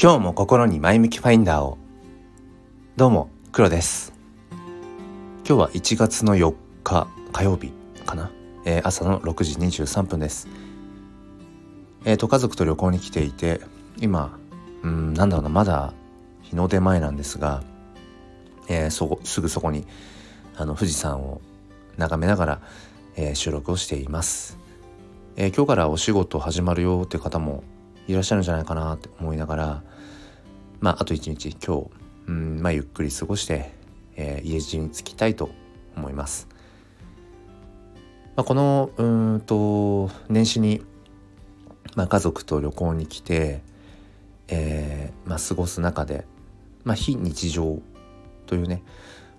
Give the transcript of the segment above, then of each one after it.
今日も心に前向きファインダーを。どうも黒です。今日は1月の4日火曜日かな、朝の6時23分です。家族と旅行に来ていて、今まだ日の出前なんですが、すぐそこに富士山を眺めながら、収録をしています。今日からお仕事始まるよって方もいらっしゃるんじゃないかなって思いながら、あと一日今日、ゆっくり過ごして、家路に着きたいと思います。この年始に、家族と旅行に来て、過ごす中で、非日常というね、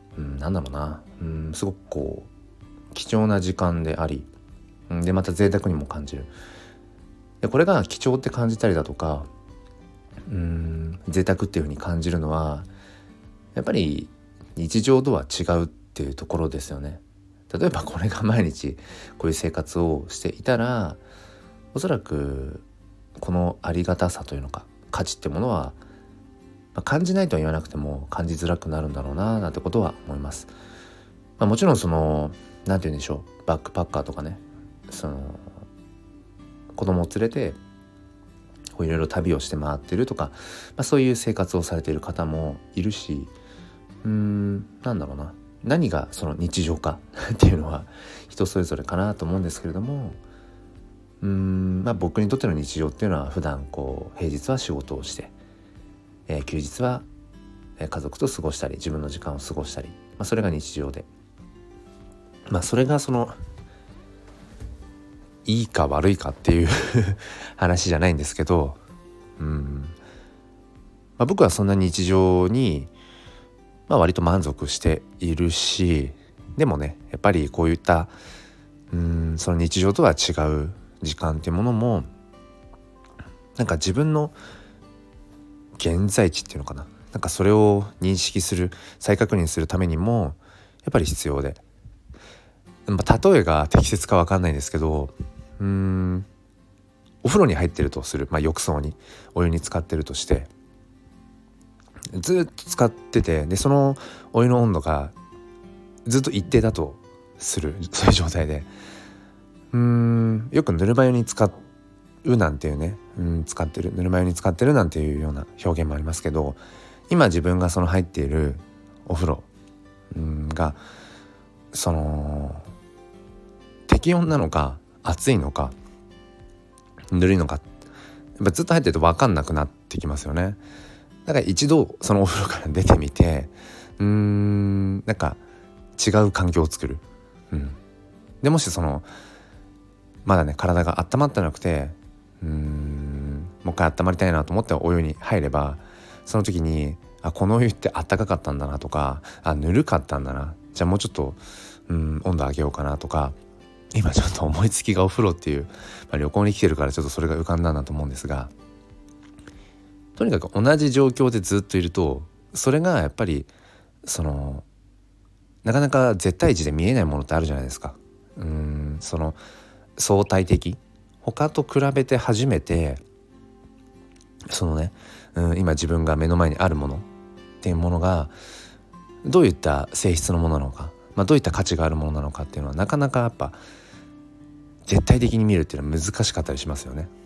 すごく貴重な時間であり、でまた贅沢にも感じる。でこれが貴重って感じたりだとか、贅沢っていう風に感じるのはやっぱり日常とは違うっていうところですよね。例えばこれが毎日こういう生活をしていたら、おそらくこのありがたさというのか価値ってものは、感じないとは言わなくても感じづらくなるんだろうななんてことは思います。もちろんなんて言うんでしょう、バックパッカーとかね、子供を連れていろいろ旅をして回ってるとか、そういう生活をされている方もいるし、何がその日常かっていうのは人それぞれかなと思うんですけれども、僕にとっての日常っていうのは普段平日は仕事をして、休日は家族と過ごしたり自分の時間を過ごしたり、それが日常で、それがいいか悪いかっていう話じゃないんですけど、僕はそんな日常に、割と満足しているし、でもねやっぱりこういったその日常とは違う時間っていうものも自分の現在地っていうのかな、それを認識する、再確認するためにもやっぱり必要で、例えが適切か分かんないんですけど、お風呂に入ってるとする、浴槽にお湯に浸かってるとして、ずっと浸かってて、でそのお湯の温度がずっと一定だとする、そういう状態でよくぬるま湯に浸うなんていうね、使ってる、ぬるま湯に浸ってるなんていうような表現もありますけど、今自分が入っているお風呂が適温なのか暑いのかぬるいのか、やっぱずっと入ってると分かんなくなってきますよね。だから一度そのお風呂から出てみて、違う環境を作る、でもしまだね体が温まってなくて、もう一回温まりたいなと思ってお湯に入れば、その時にこのお湯ってあったかかったんだなとか、ぬるかったんだな、じゃあもうちょっと温度上げようかなとか、今ちょっと思いつきがお風呂っていう、旅行に来てるからちょっとそれが浮かんだなと思うんですが、とにかく同じ状況でずっといると、それがやっぱりなかなか絶対値で見えないものってあるじゃないですか。相対的、他と比べて初めて今自分が目の前にあるものっていうものがどういった性質のものなのか、どういった価値があるものなのかっていうのはなかなかやっぱ絶対的に見るっていうのは難しかったりしますよね。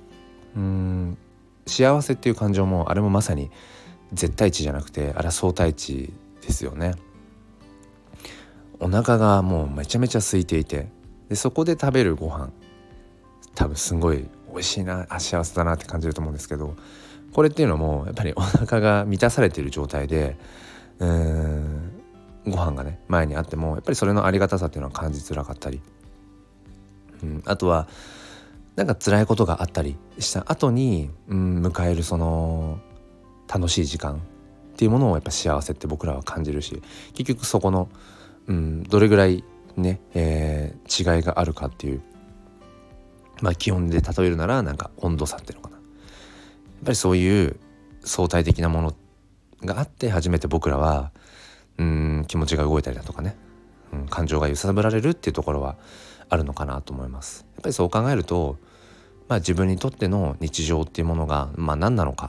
幸せっていう感情もあれもまさに絶対値じゃなくて、あれは相対値ですよね。お腹がもうめちゃめちゃ空いていて、でそこで食べるご飯、多分すごい美味しいな、幸せだなって感じると思うんですけど、これっていうのもやっぱりお腹が満たされている状態でご飯がね前にあっても、やっぱりそれのありがたさっていうのは感じづらかったり、あとは辛いことがあったりした後に迎える楽しい時間っていうものをやっぱ幸せって僕らは感じるし、結局そこのどれぐらいね、違いがあるかっていう、気温で例えるなら温度差っていうのかな、やっぱりそういう相対的なものがあって初めて僕らは気持ちが動いたりだとかね、感情が揺さぶられるっていうところはあるのかなと思います。やっぱりそう考えると、自分にとっての日常っていうものが何なのか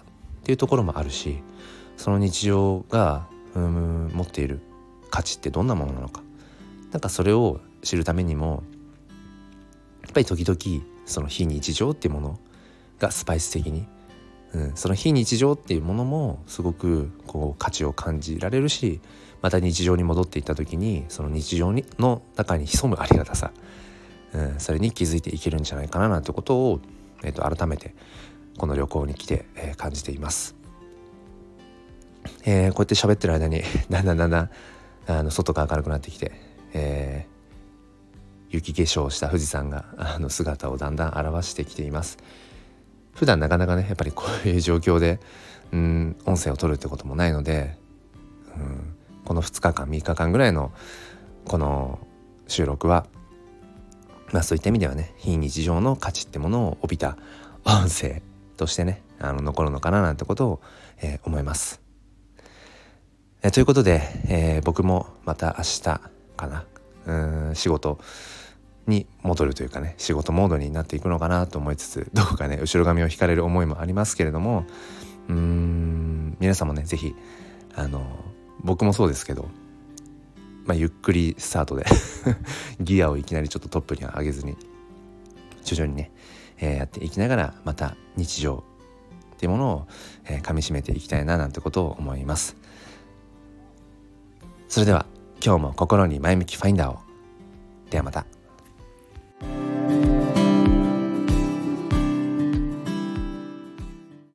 っていうところもあるし、その日常が持っている価値ってどんなものなのか、なんかそれを知るためにもやっぱり時々その非日常っていうものがスパイス的に、その非日常っていうものもすごくこう価値を感じられるし、また日常に戻っていった時にその日常の中に潜むありがたさ、それに気づいていけるんじゃないかななんてことを、改めてこの旅行に来て、感じています。こうやって喋ってる間にだんだん外が明るくなってきて、雪化粧した富士山が姿をだんだん表してきています。普段なかなかねやっぱりこういう状況で音声を取るってこともないので、この2日間3日間ぐらいのこの収録は、そういった意味ではね非日常の価値ってものを帯びた音声としてね残るのかななんてことを、思います。ということで、僕もまた明日かな仕事に戻るというかね、仕事モードになっていくのかなと思いつつ、どこかね後ろ髪を引かれる思いもありますけれども、皆さんもねぜひ僕もそうですけど、ゆっくりスタートでギアをいきなりちょっとトップには上げずに徐々にね、やっていきながらまた日常っていうものを、噛み締めていきたいななんてことを思います。それでは今日も心に前向きファインダーを。ではまた。